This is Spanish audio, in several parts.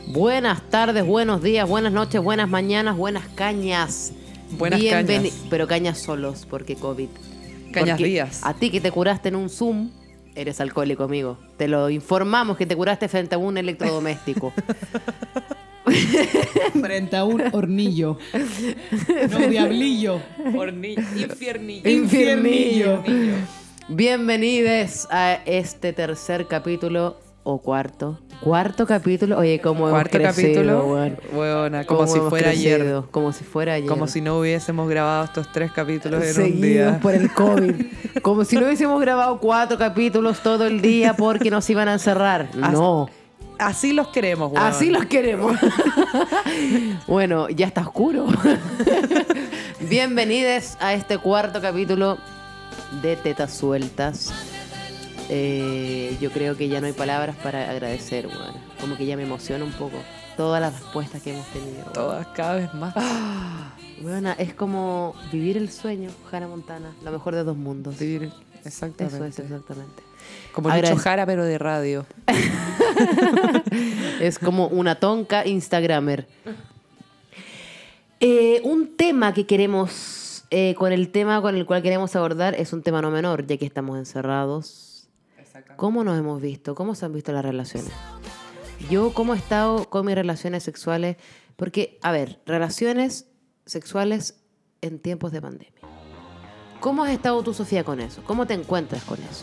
Buenas tardes, buenos días, buenas noches, buenas mañanas, buenas cañas. Buenas cañas. Pero cañas solos, porque COVID. Cañas Porque rías. a ti que te curaste en un Zoom, eres alcohólico, amigo. Te lo informamos que te curaste frente a un electrodoméstico. Frente a un hornillo. No, diablillo. Hornillo. Infiernillo. Infiernillo. Bienvenidos a este tercer capítulo o cuarto capítulo. Oye, cómo hemos Cuarto crecido, capítulo. weón. Buena, como Cómo si hemos fuera crecido, ayer. Como si fuera ayer. Como si no hubiésemos grabado estos 3 capítulos en un Seguidos día. por el COVID. Como si no hubiésemos grabado 4 capítulos todo el día porque nos iban a encerrar. No. Así los queremos, weón. Así los queremos. Bueno, ya está oscuro. Bienvenidos a este cuarto capítulo de Tetas Sueltas. Yo creo que ya no hay palabras para agradecer, weón. Como que ya me emociona un poco todas las respuestas que hemos tenido. Weón. Todas cada vez más. Weona, es como vivir el sueño, Hannah Montana, lo mejor de dos mundos. Sí, exactamente. Eso es exactamente. Como Lucho Jara, pero de radio. Es como una tonca Instagramer. Un tema que queremos, con el cual queremos abordar, es un tema no menor, ya que estamos encerrados. ¿Cómo nos hemos visto? ¿Cómo se han visto las relaciones? Yo, ¿cómo he estado con mis relaciones sexuales? Porque, a ver, relaciones sexuales en tiempos de pandemia. ¿Cómo has estado tú, Sofía, con eso? ¿Cómo te encuentras con eso?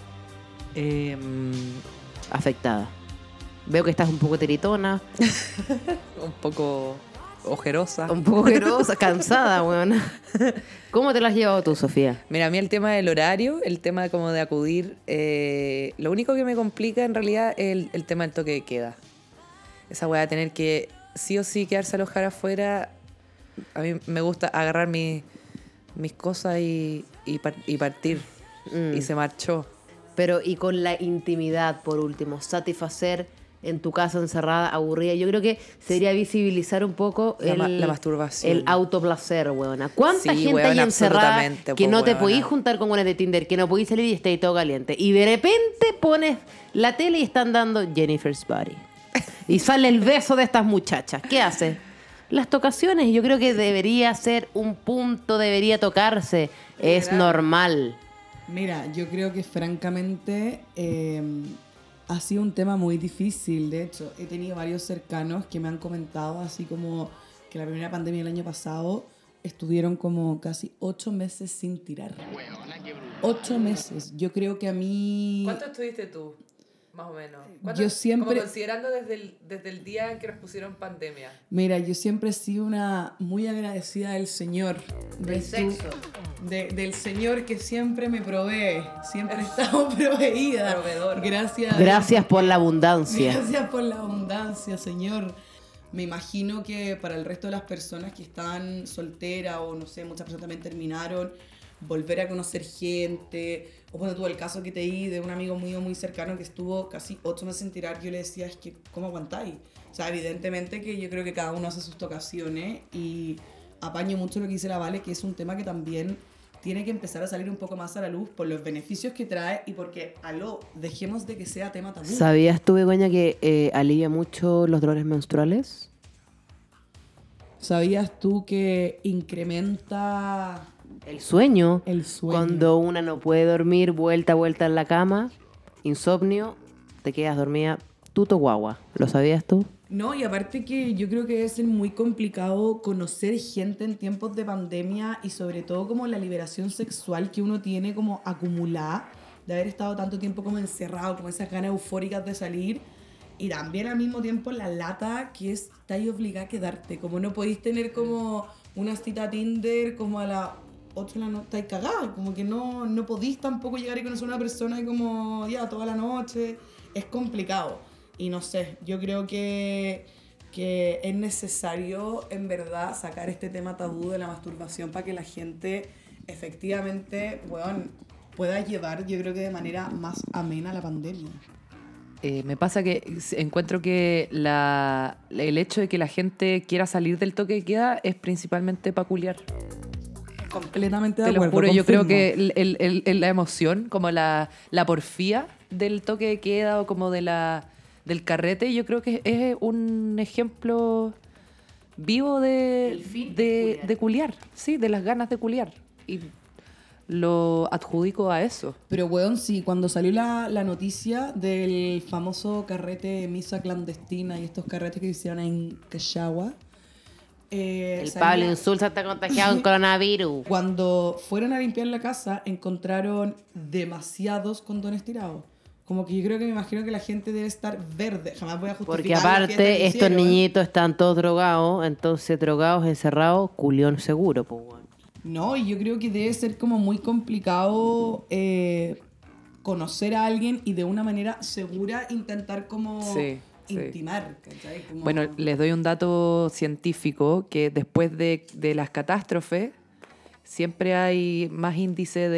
Afectada. Veo que estás un poco tiritona. Un poco ojerosa. Un poco ojerosa, cansada, weón. ¿Cómo te lo has llevado tú, Sofía? Mira, a mí el tema del horario, el tema como de acudir, lo único que me complica en realidad es el tema del toque de queda. Esa weá de tener que sí o sí quedarse a alojar afuera. A mí me gusta agarrar mis cosas y partir. Y se marchó. Pero, y con la intimidad, por último, satisfacer en tu casa encerrada, aburrida. Yo creo que se debería visibilizar un poco la masturbación. El autoplacer, weona. ¿Cuánta Sí, gente weona, hay encerrada que no te weona. podís juntar con una de Tinder, que no podís salir y estáis todo caliente? Y de repente pones la tele y están dando Jennifer's Body. Y sale el beso de estas muchachas. ¿Qué haces? Las tocaciones, yo creo que debería ser un punto, debería tocarse. Es normal. Mira, yo creo que francamente ha sido un tema muy difícil. De hecho, he tenido varios cercanos que me han comentado, así como que la primera pandemia del año pasado estuvieron como casi 8 meses sin tirar. 8 meses. Yo creo que a mí... ¿Cuánto estuviste tú? Más o menos. Yo siempre... Como considerando desde el día en que nos pusieron pandemia. Mira, yo siempre he sido una muy agradecida del Señor. Del sexo. Del Señor que siempre me provee. Siempre he estado proveída. Proveedor. Gracias por la abundancia. Gracias por la abundancia, Señor. Me imagino que para el resto de las personas que están solteras o no sé, muchas personas también terminaron, volver a conocer gente, o bueno, tuvo el caso que te di de un amigo mío muy cercano que estuvo casi 8 meses sin tirar. Yo le decía, es que, ¿cómo aguantáis? O sea, evidentemente que yo creo que cada uno hace sus tocaciones y apaño mucho lo que dice la Vale, que es un tema que también tiene que empezar a salir un poco más a la luz por los beneficios que trae y porque, dejemos de que sea tema tabú. ¿Sabías tú, Begoña, que alivia mucho los dolores menstruales? ¿Sabías tú que incrementa El sueño. el sueño? Cuando una no puede dormir, vuelta en la cama, insomnio, te quedas dormida tuto guagua. ¿Lo sabías tú? No, y aparte que yo creo que debe ser muy complicado conocer gente en tiempos de pandemia y sobre todo como la liberación sexual que uno tiene como acumulada de haber estado tanto tiempo como encerrado, como esas ganas eufóricas de salir y también al mismo tiempo la lata que estáis obligada a quedarte, como no podéis tener como una cita Tinder como a las 8 de la noche, estáis cagadas, como que no podéis tampoco llegar y conocer a una persona y como ya toda la noche, es complicado. Y no sé, yo creo que es necesario en verdad sacar este tema tabú de la masturbación para que la gente efectivamente pueda llevar, yo creo que de manera más amena la pandemia. Me pasa que encuentro que el hecho de que la gente quiera salir del toque de queda es principalmente peculiar. Completamente de Te acuerdo. lo juro, yo creo confirmo. que la emoción, como la porfía del toque de queda o como de del carrete, yo creo que es un ejemplo vivo de culiar, sí, de las ganas de culiar. Y lo adjudico a eso. Pero, weón, sí, cuando salió la noticia del famoso carrete misa clandestina y estos carretes que hicieron en Cachagua. El Pablo Insulza está contagiado con coronavirus. Cuando fueron a limpiar la casa, encontraron demasiados condones tirados. Como que yo creo que me imagino que la gente debe estar verde. Jamás voy a justificar. Porque aparte, estos niñitos están todos drogados, entonces drogados, encerrados, culión seguro, pues, bueno. No, y yo creo que debe ser como muy complicado conocer a alguien y de una manera segura intentar como intimar. ¿Cachai? Como... Bueno, les doy un dato científico, que después de las catástrofes siempre hay más índice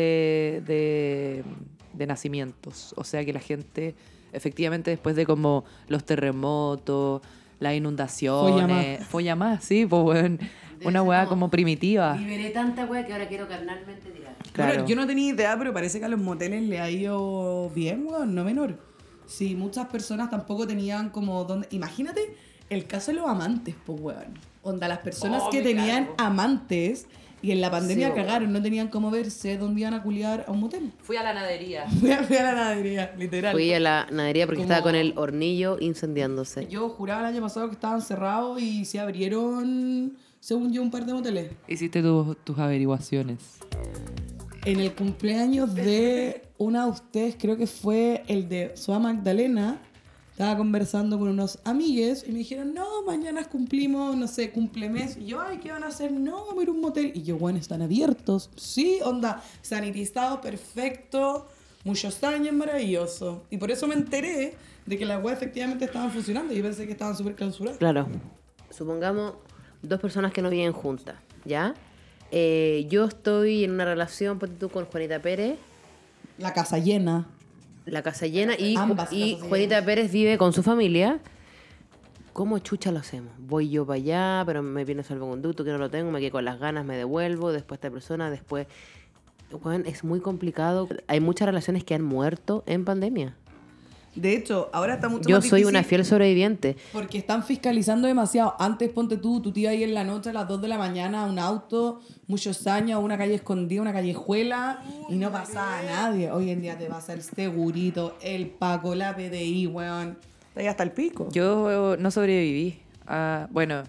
de nacimientos. O sea que la gente, efectivamente, después de como los terremotos, las inundaciones... Folla más, sí, pues bueno, una weá como primitiva. Liberé tanta weá que ahora quiero carnalmente tirar. Claro. Bueno, yo no tenía idea, pero parece que a los moteles le ha ido bien, weón, no menor. Sí, muchas personas tampoco tenían como donde... Imagínate el caso de los amantes, pues, weón. Onda, las personas que tenían amantes y en la pandemia cagaron, no tenían cómo verse dónde iban a culiar a un motel. Fui a la nadería. Fui a la nadería, literal. Fui a la nadería porque estaba con el hornillo incendiándose. Yo juraba el año pasado que estaban cerrados y se abrieron, según yo, un par de moteles. Hiciste tus averiguaciones. En el cumpleaños de una de ustedes, creo que fue el de Soa Magdalena, estaba conversando con unos amigues y me dijeron, no, mañana cumplimos, no sé, cumplemes. Y yo, ay, ¿qué van a hacer? No, vamos a ir a un motel. Y yo, bueno, están abiertos. Sí, onda, sanitizado, perfecto, muchos años, maravilloso. Y por eso me enteré de que las web efectivamente estaban funcionando. Yo pensé que estaban súper clausuradas. Claro. Supongamos dos personas que no viven juntas, ¿ya? Yo estoy en una relación, ponte tú, con Juanita Pérez. La casa llena. La casa llena y casas Juanita llenas. Pérez vive con su familia. ¿Cómo chucha lo hacemos? Voy yo para allá, pero me viene salvoconducto que no lo tengo, me quedé con las ganas, me devuelvo, después esta persona, después... Bueno, es muy complicado. Hay muchas relaciones que han muerto en pandemia. De hecho, ahora está mucho Yo más soy difícil una fiel sobreviviente. porque están fiscalizando demasiado. Antes, ponte tú te ibas ahí en la noche a las 2 de la mañana a un auto, muchos años, a una calle escondida, una callejuela, y no pasaba a nadie. Hoy en día te pasa el segurito, el Paco, la PDI, weón. Está ahí hasta el pico. Yo no sobreviví. Bueno,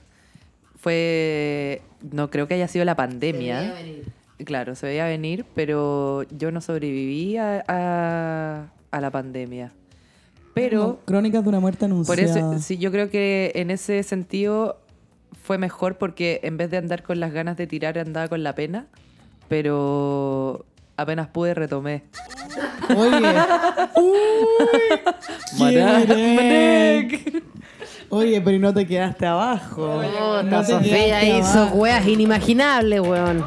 no creo que haya sido la pandemia. Claro, se veía venir, pero yo no sobreviví a la pandemia. Pero Crónicas de una muerte anunciada. por eso, sí, yo creo que en ese sentido fue mejor porque en vez de andar con las ganas de tirar, andaba con la pena. Pero apenas pude, retomé. Oye. Marek. Oye, pero no te quedaste abajo. Puta, Sofía hizo weas inimaginables, weón.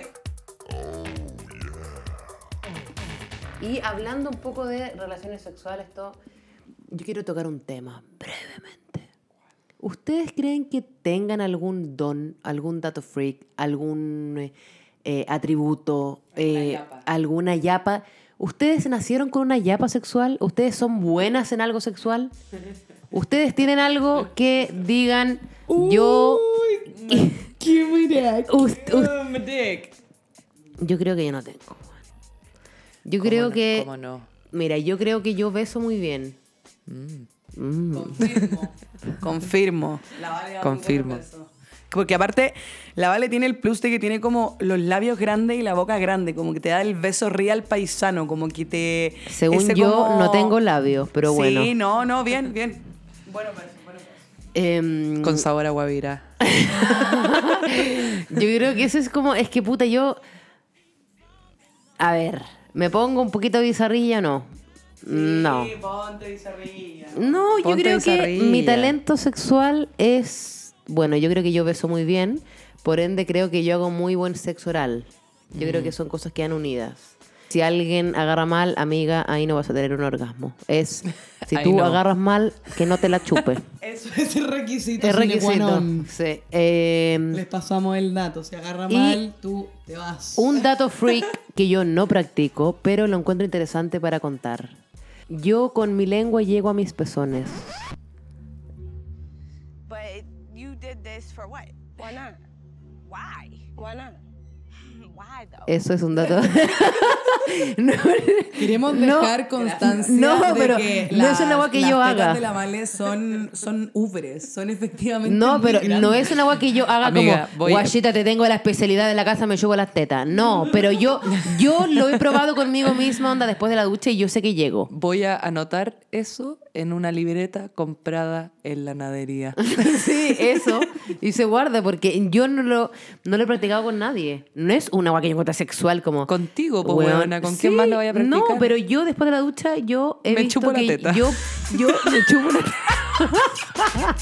Y hablando un poco de relaciones sexuales, todo, yo quiero tocar un tema brevemente. ¿Ustedes creen que tengan algún don, algún dato freak, algún atributo, alguna yapa? ¿Ustedes nacieron con una yapa sexual? ¿Ustedes son buenas en algo sexual? ¿Ustedes tienen algo que digan yo... Yo creo que yo no tengo. Yo creo que... ¿Cómo no? Mira, yo creo que yo beso muy bien. Confirmo. Confirmo. Porque aparte, la Vale tiene el plus de que tiene como los labios grandes y la boca grande. Como que te da el beso real paisano. Como que te... Según yo, como... no tengo labios, pero bueno. Sí, no, bien. Bueno, Con sabor a guavirá. Yo creo que eso es como... Es que puta, yo... A ver, ¿me pongo un poquito bizarrilla? No. No. Sí, ponte bizarrilla. No, yo Ponte creo bizarrilla. que mi talento sexual es... Bueno, yo creo que yo beso muy bien. Por ende, creo que yo hago muy buen sexo oral. Yo creo que son cosas que van unidas. Si alguien agarra mal, amiga, ahí no vas a tener un orgasmo. Es, si Ahí tú no. agarras mal, que no te la chupes. Eso es el requisito. Es sine qua requisito. non. Sí. Les pasamos el dato. Si agarra Y- mal, tú te vas. Un dato freak que yo no practico, pero lo encuentro interesante para contar. Yo con mi lengua llego a mis pezones. But you did this for what? Why not? Why? Why not? Why though? Eso es un dato. No, Queremos no, dejar constancia no, de pero que no es una agua que las yo tetas haga. de la Vale son ubres, son efectivamente No, muy pero grandes. no es una agua que yo haga Amiga, como, voy- guachita, te tengo la especialidad de la casa, me chupo las tetas. No, pero yo lo he probado conmigo misma, onda, después de la ducha y yo sé que llego. Voy a anotar eso en una libreta comprada en la nadería. Sí, eso. Y se guarda porque yo no lo he practicado con nadie. No es una agua que yo encuentro sexual como... Contigo, pues, Weón. huevona. ¿Con quién Sí, más lo voy a practicar? No, pero yo después de la ducha, yo he Me visto chupo la que teta. yo me chupo la teta.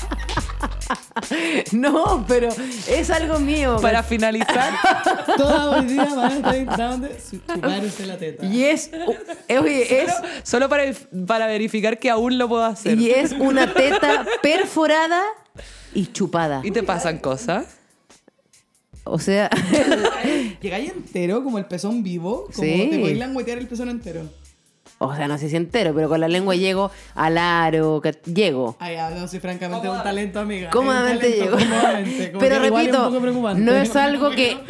No, pero es algo mío. Para finalizar, Toda hoy día van a estar intentando chuparse la teta. Y oye, solo para verificar que aún lo puedo hacer. y es una teta perforada y chupada. ¿Y te pasan cosas? O sea, ¿Llegáis entero como el pezón vivo? Como Sí. te podéis languetear el pezón entero. no sé si entero, pero con la lengua llego al aro, llego. Ay, no, sí, francamente un talento, amiga. Cómodamente Es un llego. talento, cómodamente. Como Pero que igual es un repito, poco preocupante. no es algo que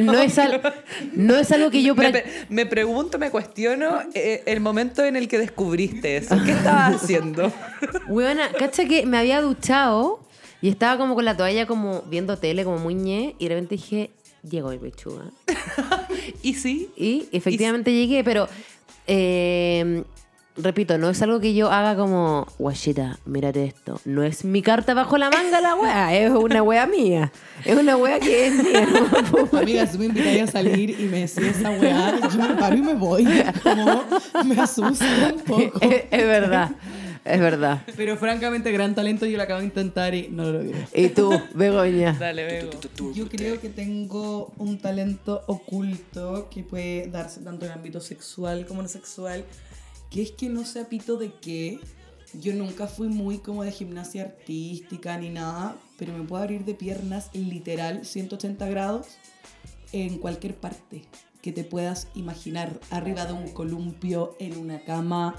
yo Me pregunto, me cuestiono el momento en el que descubriste eso. ¿Qué estabas haciendo? Weona, cacha que me había duchado y estaba como con la toalla como viendo tele, como muy ñe, y de repente dije, llego mi pechuga. ¿Y sí? Y efectivamente llegué, pero repito, no es algo que yo haga como, guachita, mírate esto. No es mi carta bajo la manga la wea, es una wea mía. Es una wea que es mía. Amiga, si me invitáis a salir y me decís esa weá, yo me paro y me voy. Como me asusta un poco. Es verdad, es verdad. Pero francamente, gran talento, yo lo acabo de intentar y no lo logré. Y tú, Begoña. Dale, Bego. Yo creo que tengo un talento oculto que puede darse tanto en el ámbito sexual como no sexual, que es que no sé a pito de qué. Yo nunca fui muy como de gimnasia artística ni nada, pero me puedo abrir de piernas literal 180 grados en cualquier parte que te puedas imaginar. Arriba de un columpio, en una cama,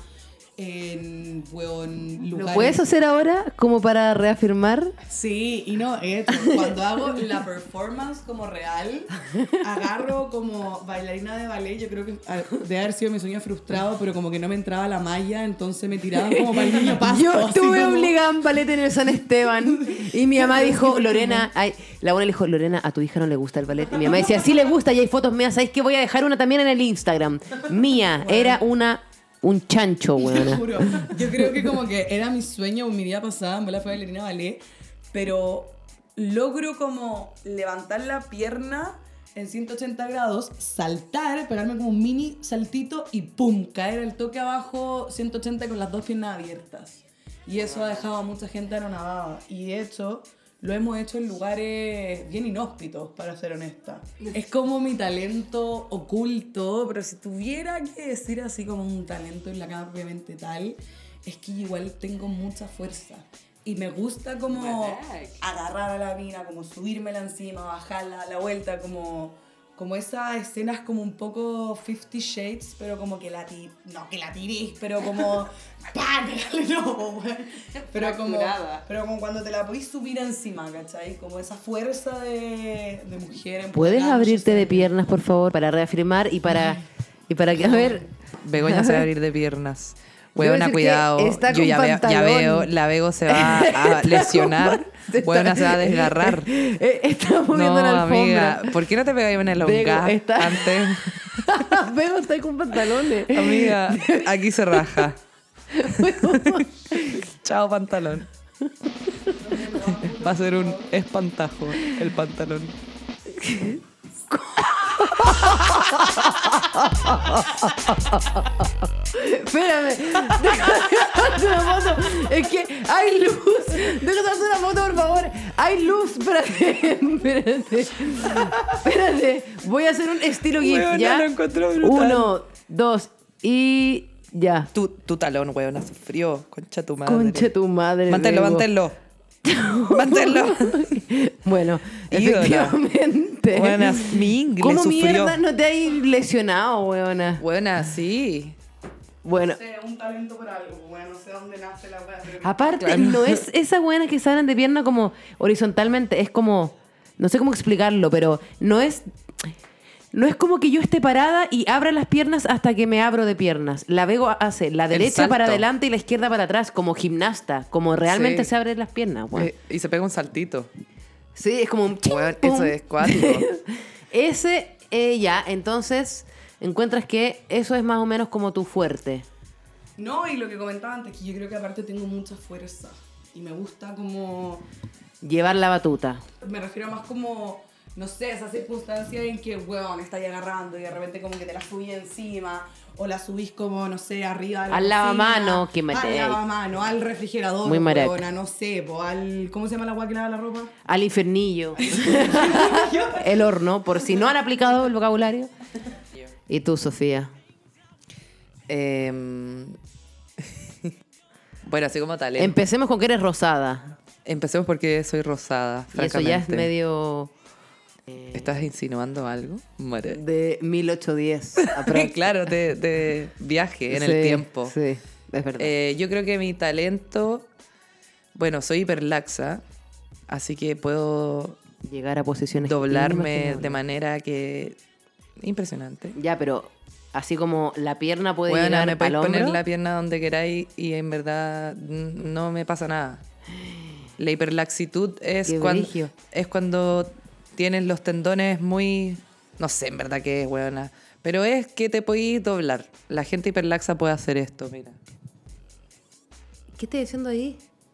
en ¿Lo lugares... puedes hacer ahora como para reafirmar? Sí, y no, cuando hago la performance como real, agarro como bailarina de ballet, yo creo que debe haber sido mi sueño frustrado, pero como que no me entraba la malla, entonces me tiraban como para el niño pasto. Yo así estuve como- obligada en ballet en el San Esteban y mi mamá dijo, Lorena, la buena le dijo, Lorena, a tu hija no le gusta el ballet. Y mi mamá decía, sí le gusta y hay fotos mías, ¿sabes qué? Voy a dejar una también en el Instagram. Mía, era un chancho, Te weona. juro. Yo creo que como que era mi sueño, mi vida pasada, en verdad fue bailarina de ballet, pero logro como levantar la pierna en 180 grados, saltar, pegarme como un mini saltito y ¡pum! Caer al toque abajo 180 con las dos piernas abiertas. Y eso ha dejado a mucha gente anonadada. Y de hecho, lo hemos hecho en lugares bien inhóspitos, para ser honesta. Es como mi talento oculto, pero si tuviera que decir así como un talento en la cama propiamente tal, es que igual tengo mucha fuerza. Y me gusta como agarrar a la mina, como subírmela encima, bajarla a la vuelta, como esas escenas como un poco 50 Shades, pero como que no que la tirís, pero como ¡pam! No, güey. Pero como cuando te la podís subir encima, ¿cachai? Como esa fuerza de mujer. ¿Puedes empoderada, abrirte yo de sé. piernas, por favor, para reafirmar y para que, a ver... Begoña se va a abrir de piernas. Debo Huevona, decir que cuidado. está Yo con ya pantalón. veo, la Bego se va a lesionar. Huevona se va a desgarrar. Estamos No, viendo la alfombra. amiga, ¿por qué no te pegáis una Bego, elongada está- antes? Bego está ahí con pantalones. Amiga, aquí se raja. Chao, pantalón. Va a ser un espantajo el pantalón. Espérame, déjame hacer una foto. Es que hay luz. Déjame hacer una foto, por favor. Hay luz. Espérate. Voy a hacer un estilo GIF, Huevona, ¿ya? lo encuentro brutal. 1, 2 y ya. Tu talón, huevona, sufrió. Concha tu madre. Concha tu madre. Manténlo, Bego. manténlo. Manténlo. Bueno, Ídola. efectivamente. Huevona, mi inglés ¿Cómo sufrió. mierda no te hay lesionado, weona? Huevona, sí. Bueno. No sé, un talento por algo, bueno, no sé dónde nace la weá. Pero Aparte, no es esa buena que salen de pierna como horizontalmente, es como, no sé cómo explicarlo, pero no es como que yo esté parada y abra las piernas hasta que me abro de piernas. La Vego hace la derecha para salto. adelante y la izquierda para atrás, como gimnasta, como realmente Sí. se abren las piernas. Bueno. Y se pega un saltito. Sí, es como un ching, Weón, pum. eso es cuático. Ese, ya, entonces encuentras que eso es más o menos como tu fuerte. no, y lo que comentaba antes, que yo creo que aparte tengo mucha fuerza. Y me gusta como... Llevar la batuta. Me refiero más como, no sé, esa circunstancia en que, weón, estáis agarrando y de repente como que te la subís encima. O la subís como, no sé, arriba de la Al cocina, lavamano, que al mareáis. lavamano, al refrigerador, Muy maraca. weona, no sé, po, al... ¿Cómo se llama la agua que lava la ropa? Al infernillo. El horno, por si no han aplicado el vocabulario. ¿Y tú, Sofía? Bueno, así como talento. Empecemos con que eres rosada. Empecemos porque soy rosada, Y eso ya es francamente. medio ¿Estás insinuando algo? Mare. de 1810. aprox. Claro, de viaje en Sí, el tiempo. Sí, es verdad. Yo creo que mi talento... Bueno, soy hiperlaxa, así que puedo Llegar a posiciones doblarme inimaginables. de manera que... Impresionante. Ya, pero así como la pierna puede Bueno, llegar me al podéis hombro. poner la pierna donde queráis y en verdad no me pasa nada. La hiperlaxitud Qué brigio. es cuando tienes los tendones muy... No sé en verdad qué es, weona. Pero es que te podéis doblar. La gente hiperlaxa puede hacer esto, mira. ¿Qué estás diciendo ahí?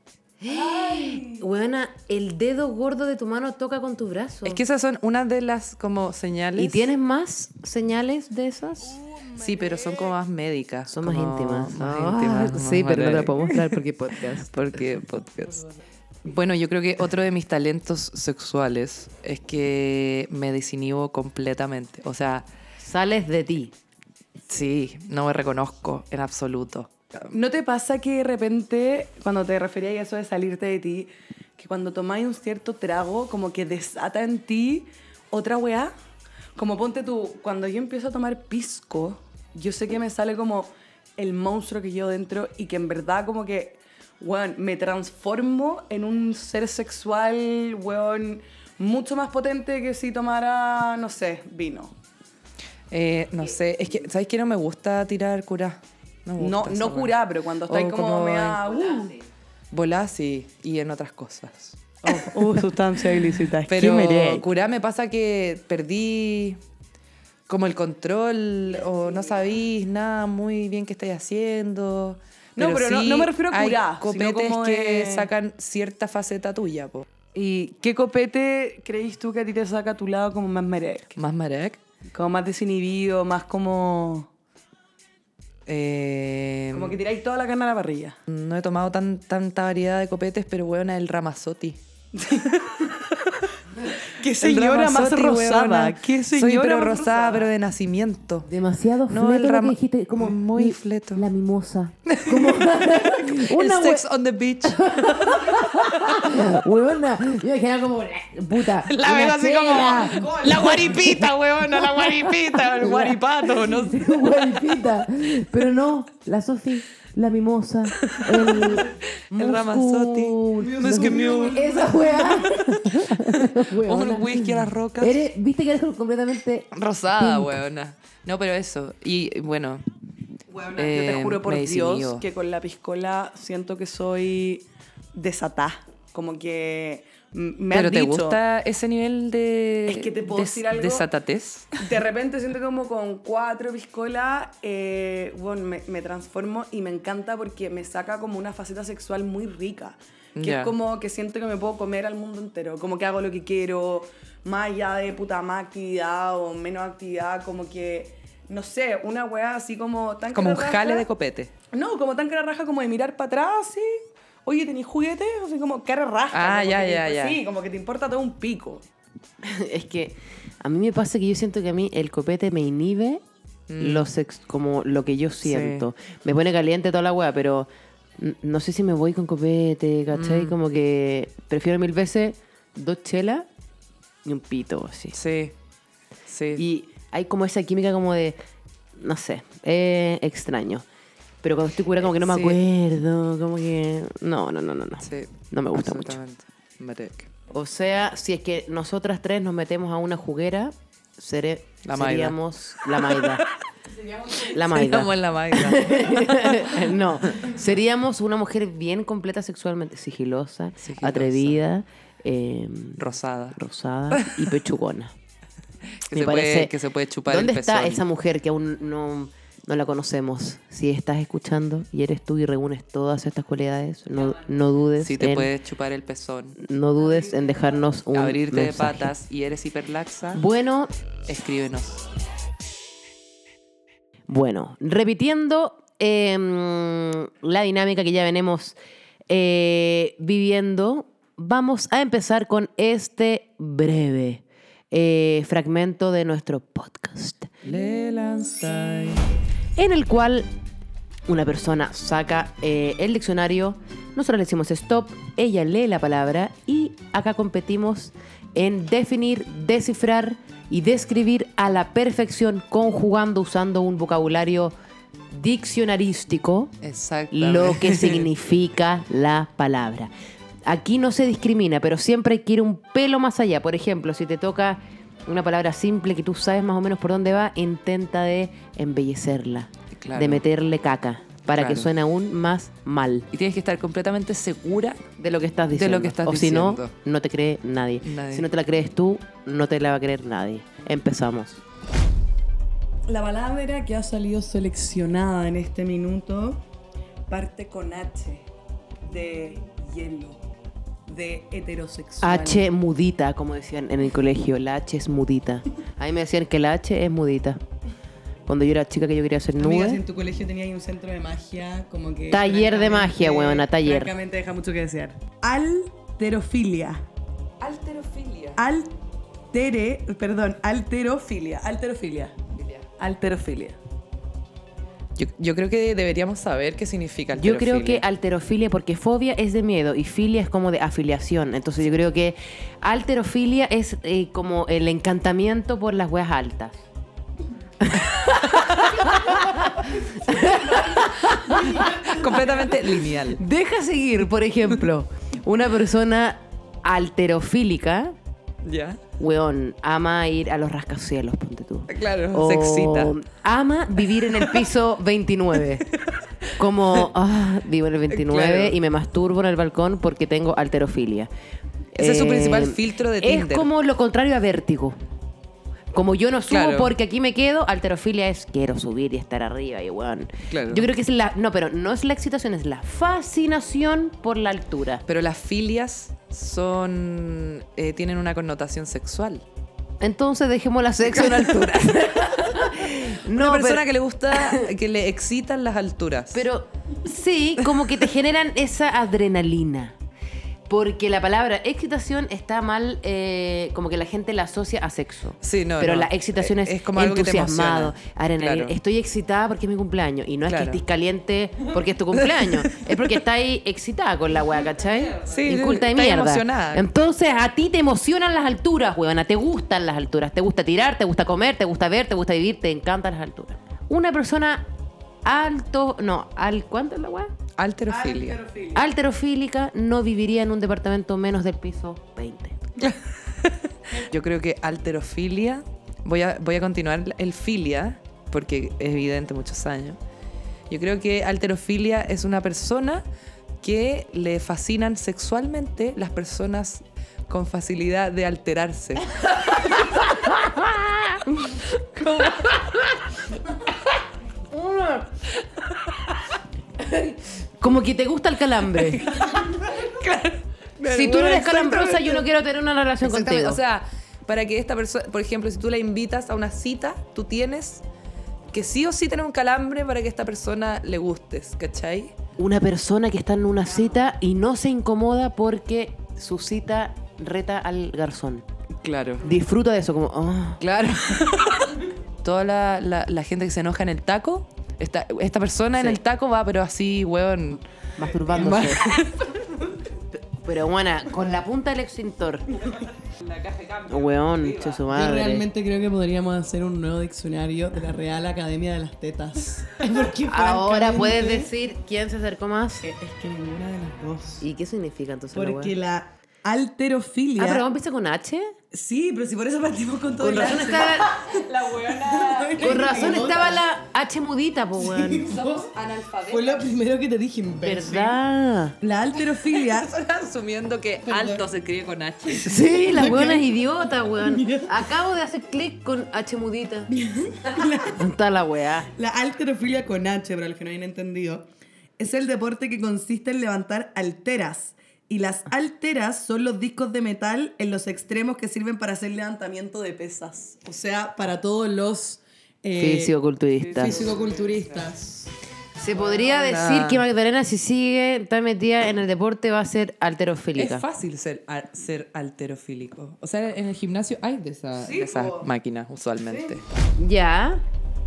Buena, el dedo gordo de tu mano toca con tu brazo. Es que esas son una de las como señales. ¿Y tienes más señales de esas? Sí, pero son como más médicas. Son más como íntimas. Más Ah, íntimas. sí, más pero no te maravillas. la puedo mostrar porque podcast. Porque podcast. Bueno, yo creo que otro de mis talentos sexuales es que me desinhibo completamente. O sea, Sales de ti. sí, no me reconozco en absoluto. ¿No te pasa que de repente, cuando te referías a eso de salirte de ti, que cuando tomáis un cierto trago, como que desata en ti otra weá? Como ponte tú, cuando yo empiezo a tomar pisco, yo sé que me sale como el monstruo que llevo dentro y que en verdad como que, weón, me transformo en un ser sexual, weón, mucho más potente que si tomara, no sé, vino. No sé, es que, ¿sabes qué? No me gusta tirar cura. me gusta No, esa no weá. curar, pero cuando estáis O como como mea, Volá, sí, y en otras cosas. sustancia ilícita. Pero curá me pasa que perdí como el control o no sabís nada muy bien qué estáis haciendo. No, pero no me refiero a hay curá, sino copetes como que de- sacan cierta faceta tuya, po. ¿Y qué copete creís tú que a ti te saca a tu lado como más merec? Más marec. Como más desinhibido, más como... Como Como que tiráis toda la carne a la parrilla. no he tomado tanta variedad de copetes, pero bueno, el Ramazzotti. ¡Qué El señora más Ramazzotti, rosada! weona. ¡Qué Soy señora pero más rosada, pero de nacimiento. Demasiado No, fleto el lo que rama- dijiste, como muy fleto. La mimosa. Como El una sex on the beach. huevona. Yo dije como puta. La una veo así chela. como la guaripita, huevona, la guaripita, el guaripato, no sé. Guaripita. Pero no, la Sofi, la mimosa, el Ramazzotti. Muscu Mule. Esa weá. Weona. Un whisky a las rocas. Viste que eres completamente Rosada, pink. huevona. No, pero eso. Y bueno, Bueno, yo te juro por me Dios desinhibo. que con la piscola siento que soy desatá. Como que me ¿pero has te dicho, gusta ese nivel de Es que te puedo decir algo. desatatez? De repente siento como con 4 piscolas, bueno, me transformo y me encanta porque me saca como una faceta sexual muy rica. Que Ya. es como que siento que me puedo comer al mundo entero. Como que hago lo que quiero, más allá de puta más actividad o menos actividad, como que, no sé, una weá así como tan Como un cara raja. jale de copete. No, como tan cara raja como de mirar para atrás, así. Oye, ¿tenés juguetes? Así como cara raja. Ah, como ya, que te- ya, ya. Sí, como que te importa todo un pico. Es que a mí me pasa que yo siento que a mí el copete me inhibe como lo que yo siento. Me pone caliente toda la weá, pero no sé si me voy con copete, ¿cachai? Como que prefiero 1000 veces 2 chelas y un pito, así. Sí. Sí. Y hay como esa química como de, no sé, extraño. Pero cuando estoy curada como que no me Sí. acuerdo, como que... No. Sí, No me gusta mucho. absolutamente. Marica. O sea, si es que nosotras tres nos metemos a una juguera, La Maida. seríamos la Maida. La Maida. Seríamos en la Maida. No, seríamos una mujer bien completa sexualmente, sigilosa, Sigilosa. atrevida, Rosada. rosada y pechugona. Que se puede chupar ¿Dónde el está pezón. esa mujer que aún no la conocemos? Si estás escuchando y eres tú y reúnes todas estas cualidades, no dudes Si te en... puedes chupar el pezón, No dudes en dejarnos un abrirte mensaje. de patas y eres hiperlaxa, Bueno, escríbenos. repitiendo la dinámica que ya venimos viviendo, vamos a empezar con este breve fragmento de nuestro podcast, Lelandstein. en el cual una persona saca el diccionario, nosotros le decimos stop, ella lee la palabra y acá competimos en definir, descifrar y describir a la perfección, conjugando, usando un vocabulario diccionarístico, Exactamente. lo que significa la palabra. Aquí no se discrimina, pero siempre hay que ir un pelo más allá. Por ejemplo, si te toca una palabra simple que tú sabes más o menos por dónde va, intenta de embellecerla, Claro. de meterle caca, para que Claro. suene aún más mal Y tienes que estar completamente segura. de lo que estás De diciendo. lo que estás o si no, diciendo. no te cree nadie. Nadie. Si no te la crees tú, no te la va a creer nadie. Empezamos. La palabra que ha salido seleccionada en este minuto parte con H, de hielo, de heterosexual. H mudita, como decían en el colegio. La H es mudita. A mí me decían que la H es mudita. Cuando yo era chica que yo quería ser Amigas, nube. en tu colegio tenías ahí un centro de magia, como que... Taller de francamente- magia, weona, taller. Francamente deja mucho que desear. Alterofilia. Alterofilia. Alterofilia. Alterofilia. Yo creo que deberíamos saber qué significa Yo alterofilia. creo que alterofilia, porque fobia es de miedo y filia es como de afiliación. Entonces yo creo que alterofilia es como el encantamiento por las weas altas. completamente lineal. Deja seguir, por ejemplo, una persona alterofílica, ¿Ya? weón, ama ir a los rascacielos, ponte tú. Claro, O se excita. ama vivir en el piso 29. Como, vivo en el 29 Claro. y me masturbo en el balcón porque tengo alterofilia. Ese es su principal filtro de Tinder. Es como lo contrario a vértigo. Como yo no subo Claro. porque aquí me quedo, alterofilia es quiero subir y estar arriba y weón. Claro. Yo creo que es no, pero no es la excitación, es la fascinación por la altura. Pero las filias son tienen una connotación sexual. Entonces dejemos la sexo en altura. Una persona pero, que le gusta, que le excitan las alturas. pero sí, como que te generan esa adrenalina. Porque la palabra excitación está mal, como que la gente la asocia a sexo. Sí, no, Pero no. la excitación es como algo que te entusiasmado, emociona. adrenalina. Claro. Estoy excitada porque es mi cumpleaños. Y no es Claro. que estés caliente porque es tu cumpleaños. Es porque estás excitada con la weá, ¿cachai? Sí, Inculta de estás mierda. emocionada. Entonces a ti te emocionan las alturas, weona. Te gustan las alturas. Te gusta tirar, te gusta comer, te gusta ver, te gusta vivir. Te encantan las alturas. Una persona ¿cuánto es la weá? Alterofilia. Alterofílica no viviría en un departamento menos del piso 20. Yo creo que alterofilia, voy a continuar el filia, porque es evidente muchos años. Yo creo que alterofilia es una persona que le fascinan sexualmente las personas con facilidad de alterarse. Como que te gusta el calambre. Si tú no eres calambrosa, yo no quiero tener una relación Exactamente. contigo. O sea, para que esta persona, por ejemplo, si tú la invitas a una cita, tú tienes que sí o sí tener un calambre para que a esta persona le gustes, ¿cachai? Una persona que está en una cita y no se incomoda porque su cita reta al garzón. Claro. Disfruta de eso, como... "Ah". Claro. Toda la gente que se enoja en el taco, esta persona en Sí. el taco va, pero así, weón. Masturbándose. Pero bueno, con la punta del extintor. La caja de cambio. Weón, che su Yo madre. realmente creo que podríamos hacer un nuevo diccionario de la Real Academia de las Tetas. Porque Ahora francamente, puedes decir quién se acercó más. Es que ninguna de las dos. ¿Y qué significa entonces la Porque weá? la alterofilia... Ah, pero ¿cómo empieza con H? Sí, pero si por eso partimos con todo Con el razón arte. estaba, La weona. con razón estaba la H mudita, po, weón. Somos analfabetas. Fue lo primero que te dije, imbécil. ¿Verdad? La alterofilia... Asumiendo que alto se escribe con H. Sí, la weona es idiota, weón. Acabo de hacer clic con H mudita. ¿Dónde está la weá? La alterofilia con H, para los que no hayan entendido, es el deporte que consiste en levantar halteras. Y las halteras son los discos de metal en los extremos que sirven para hacer levantamiento de pesas. O sea, para todos los Físico-culturista. fisicoculturistas. Se podría decir que Magdalena, si sigue tan metida en el deporte, va a ser alterofílica. Es fácil ser alterofílico. O sea, en el gimnasio hay de esas máquinas usualmente. Ya.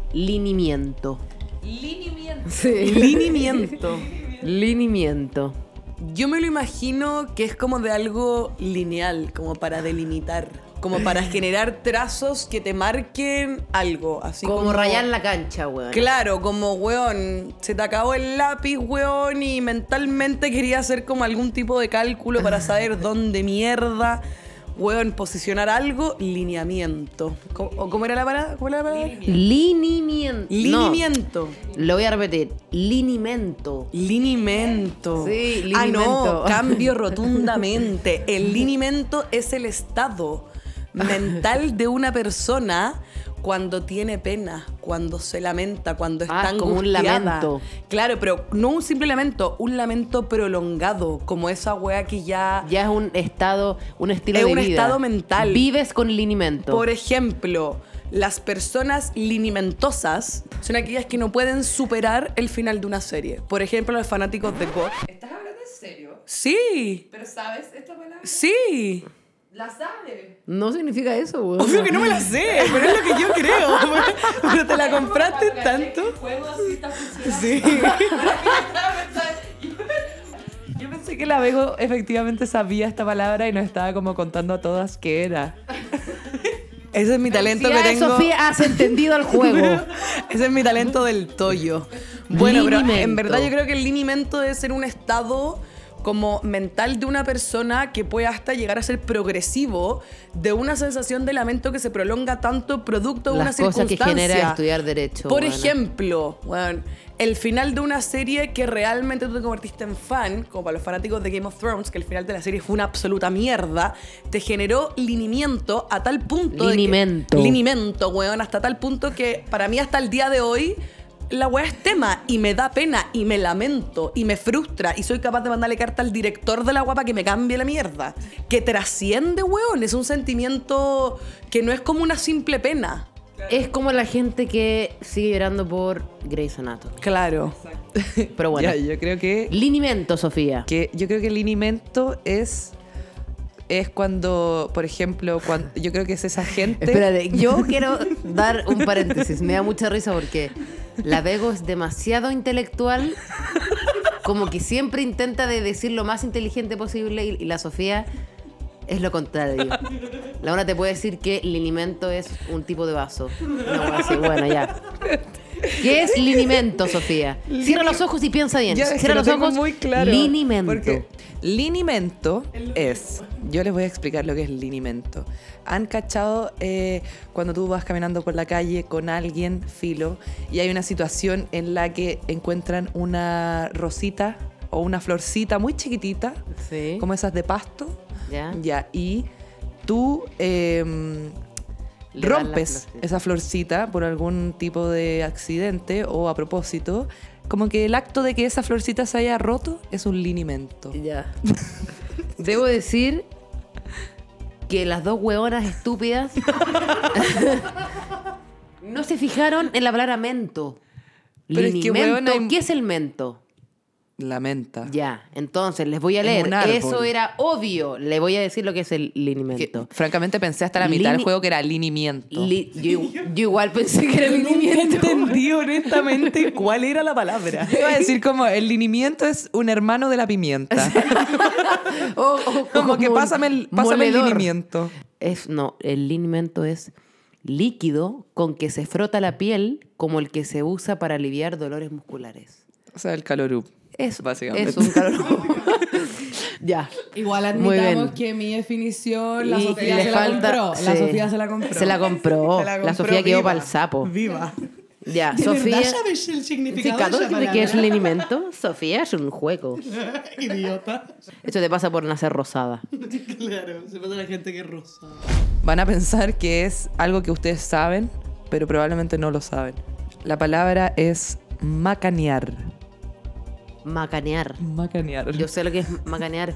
Linimiento. Linimiento. Sí. Linimiento. Linimiento. Yo me lo imagino que es como de algo lineal, como para delimitar, como para generar trazos que te marquen algo, así Como rayar la cancha, weón. Claro, como, weón, se te acabó el lápiz, weón, y mentalmente quería hacer como algún tipo de cálculo para saber dónde mierda, weón, posicionar algo, lineamiento. ¿Cómo era la parada? ¿Cómo era la parada? Linimiento. Linimiento. No, lo voy a repetir. Linimento. Linimento. Sí, Ah, no, linimento. cambio rotundamente. El linimento es el estado mental de una persona cuando tiene pena, cuando se lamenta, cuando está como un angustiada. lamento. Claro, pero no un simple lamento, un lamento prolongado, como esa wea que ya... Ya es un estado, un estilo Es de un vida. estado mental. Vives con linimento. Por ejemplo, las personas linimentosas son aquellas que no pueden superar el final de una serie. Por ejemplo, los fanáticos de God. ¿Estás hablando en serio? Sí, ¿Pero sabes esta palabra? sí. ¿La sabes? No significa eso, weón. Obvio que no me la sé, pero es lo que yo creo. Pero te la compraste tanto. El juego así está funcionando. Sí. Yo pensé que la Bego efectivamente sabía esta palabra y nos estaba como contando a todas qué era. Ese es mi talento Si que ya, tengo. Sofía, has entendido el juego. Ese es mi talento del toyo. Bueno, pero en Linimento. verdad yo creo que el linimento debe ser un estado como mental de una persona que puede hasta llegar a ser progresivo de una sensación de lamento que se prolonga tanto producto de una Las cosas que circunstancia. genera estudiar derecho. Por weona. ejemplo, bueno, el final de una serie que realmente tú te convertiste en fan, como para los fanáticos de Game of Thrones, que el final de la serie fue una absoluta mierda, te generó linimiento a tal punto Linimento. Linimento, weón, hasta tal punto que para mí hasta el día de hoy la weá es tema y me da pena y me lamento y me frustra y soy capaz de mandarle carta al director de la guapa que me cambie la mierda. Que trasciende, weón, es un sentimiento que no es como una simple pena. Es como la gente que sigue llorando por Grey's Anatomy. Claro. Pero bueno. Ya, yo creo que Linimento, Sofía. el linimento es cuando, por ejemplo, yo creo que es esa gente. Espérate, yo quiero dar un paréntesis. Me da mucha risa porque la Bego es demasiado intelectual, como que siempre intenta de decir lo más inteligente posible y la Sofía es lo contrario. La una te puede decir que linimento es un tipo de vaso. Una hueá así, bueno, ya. ¿Qué es linimento, Sofía? Cierra los ojos y piensa bien. Ya, es que Cierra lo los tengo ojos. muy claro. Linimento. Porque linimento es. Yo les voy a explicar lo que es linimento. ¿Han cachado cuando tú vas caminando por la calle con alguien, filo, y hay una situación en la que encuentran una rosita o una florcita muy chiquitita, Sí. como esas de pasto? Ya. Ya, y tú Le das la rompes florcita. esa florcita por algún tipo de accidente o a propósito, como que el acto de que esa florcita se haya roto es un linimento. Ya. Debo decir que las dos hueonas estúpidas no se fijaron en la palabra mento. Pero es que, Linimento. hueona, hay- ¿Qué es el mento? Lamenta. Ya, entonces les voy a Es leer. un árbol. Eso era obvio. Le voy a decir lo que es el linimiento. Que, francamente pensé hasta la mitad del Lini- juego que era linimiento. Yo igual pensé que era Nunca linimiento. entendí honestamente cuál era la palabra. Iba a decir como el linimiento es un hermano de la pimienta. Como que un pásame el moledor. linimiento. No, el linimento es líquido con que se frota la piel como el que se usa para aliviar dolores musculares. O sea, el calorup. Es, Básicamente. es un calor. Ya. Igual Muy admitamos bien. que mi definición, la Y Sofía le se falta- la compró. sí. La Sofía se la compró. Se la compró. Se la La compró Sofía quedó viva. para el sapo. Viva. Ya, ¿De Sofía. verdad sabes el significado ¿Significado de esa de qué es palabra? linimento? Sofía es un juego. Idiota. Esto te pasa por nacer rosada. Claro, se pasa la gente que es rosa. Van a pensar que es algo que ustedes saben, pero probablemente no lo saben. La palabra es macanear. Macanear. Macanear. Yo sé lo que es macanear.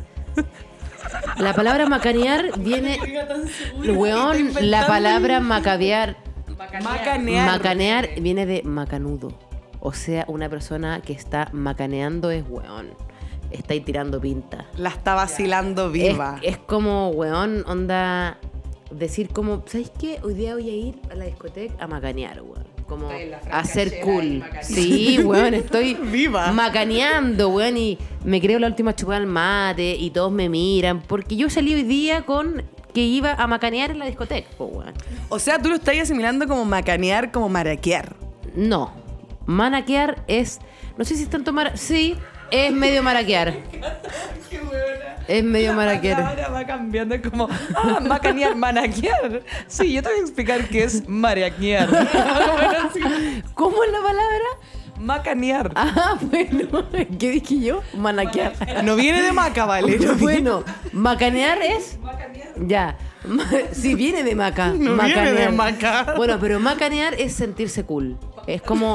La palabra macanear viene. Weón, la palabra macabear. Macanear. Macanear viene de macanudo. O sea, una persona que está macaneando es weón. Está ahí tirando pinta. La está vacilando viva. Es como, weón, onda. Decir como, ¿sabes qué? Hoy día voy a ir a la discoteca a macanear, weón. Como Está en la a ser francachela ahí cool. macaneando. Sí, weón, estoy Viva. macaneando, weón, y me creo la última chupada al mate y todos me miran. Porque yo salí hoy día con que iba a macanear en la discoteca, po, weón. O sea, tú lo estás asimilando como macanear, como maraquear. No. Manaquear es. No sé si es tanto sí, es medio maraquear. Qué buena. Es medio maraquear. Ahora va cambiando, es como, macanear, manaquear. Sí, yo te voy a explicar qué es maraquear. Bueno, sí. ¿Cómo es la palabra? Macanear. Ah, bueno. ¿Qué dije yo? Manaquear. No viene de maca, ¿vale? No viene- Bueno, macanear es. Ya. Si viene de maca. No viene de maca. Bueno, pero macanear es sentirse cool. Es como.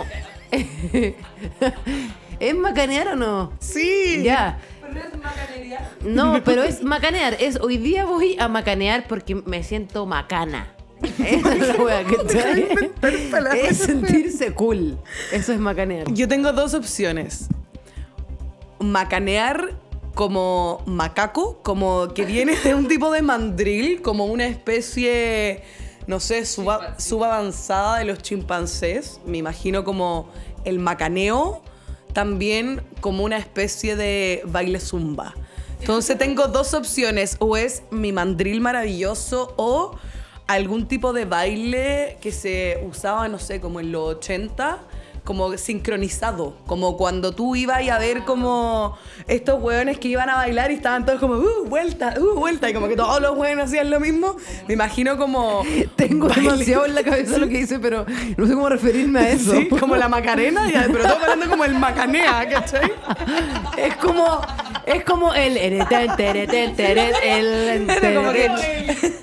¿Es macanear o no? Sí. Ya. Pero no es macanería. No, pero es macanear. Es hoy día voy a macanear porque me siento macana. Esa es la wea, ¿cachai? Es sentirse cool. Eso es macanear. Yo tengo dos opciones. Macanear como macaco, como que viene de un tipo de mandril, como una especie, no sé, subavanzada de los chimpancés. Me imagino como el macaneo, también como una especie de baile zumba. Entonces tengo dos opciones, o es mi mandril maravilloso o algún tipo de baile que se usaba, no sé, como en los 80, como sincronizado, como cuando tú ibas a ver como estos hueones que iban a bailar y estaban todos como, vuelta, y como que todos los hueones hacían lo mismo. Me imagino como... Tengo baile- demasiado en la cabeza lo que dice, pero no sé cómo referirme a eso. Sí, como la Macarena, pero todo hablando como el Macanea, ¿cachai? Es como el. Era como que-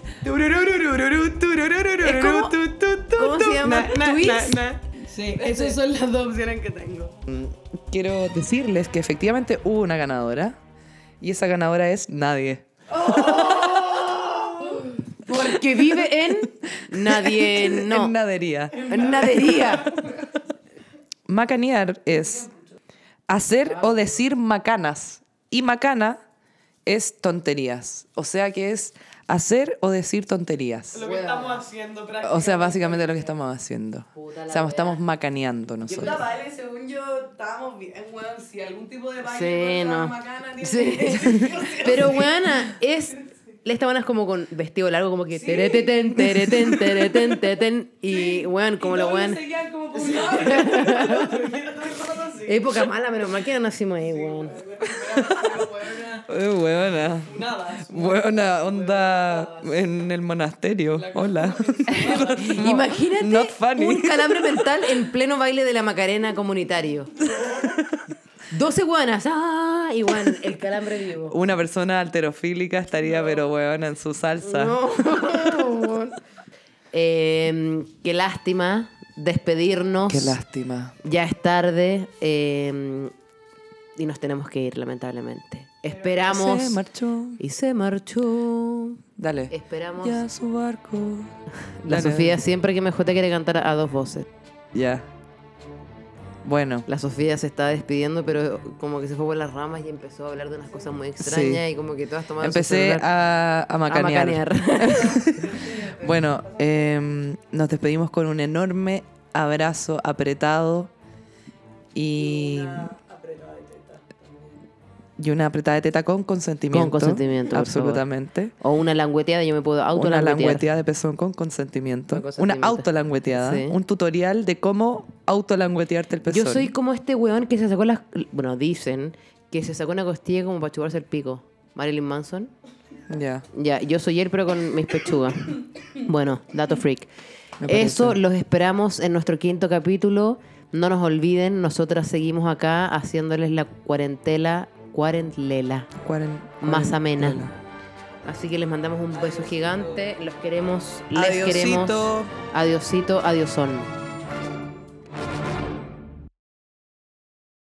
Es como- ¿cómo se llama? ¿Twist? Sí, esas son las dos opciones que tengo. Quiero decirles que efectivamente hubo una ganadora y esa ganadora es nadie. Porque vive en. Nadie. No. En nadería. En nadería. Macanear es hacer o decir macanas y macana es tonterías. O sea que es hacer o decir tonterías. Lo que estamos haciendo O sea, básicamente lo que estamos haciendo. Puta la O sea, wea. estamos macaneando nosotros. Puta, vale, según yo, estábamos bien, weón. Si algún tipo de baile Sí, con no. Macana tiene... Sí. Pero, weana, es. Esta buena es como con vestido largo, como que. Tereteten, tereten, tereten, tereten. Y, weón, como lo weón. Seguían como por un lado, al otro, y era todo el rato así. Época mala, menos mal que no nacimos ahí, weón. Buena. Nada. Buena onda en el monasterio. Hola. Imagínate Not funny. un calambre mental en pleno baile de la Macarena comunitario. 12 guanas, y bueno, el calambre vivo. Una persona alterofílica estaría, pero weona, en su salsa. No. Qué lástima despedirnos. Qué lástima. Ya es tarde y nos tenemos que ir, lamentablemente. Esperamos. Se marchó. Y se marchó. Dale. Esperamos. Ya su barco. La Dale. Sofía siempre que me jote quiere cantar a dos voces. Ya. Bueno. La Sofía se está despidiendo, pero como que se fue por las ramas y empezó a hablar de unas cosas muy extrañas Sí. y como que todas tomaron su Empecé celular a macanear. macanear. Bueno, nos despedimos con un enorme abrazo apretado y una apretada de teta con consentimiento. Con consentimiento, por absolutamente. O una langueteada, yo me puedo Una autolanguetear. langueteada de pezón con consentimiento. Con consentimiento. Una autolangueteada. Sí. Un tutorial de cómo autolanguetearte el pezón. Yo soy como este weón que se sacó las... Bueno, dicen que se sacó una costilla como para chuparse el pico. Marilyn Manson. Ya. Ya, yo soy él, pero con mis pechugas. Bueno, dato freak. Me parece. Eso los esperamos en nuestro 5º capítulo. No nos olviden, nosotras seguimos acá haciéndoles la cuarentela más amena. Así que les mandamos un beso gigante. Los queremos, les queremos. Adiosito. Adiosito, adiosón.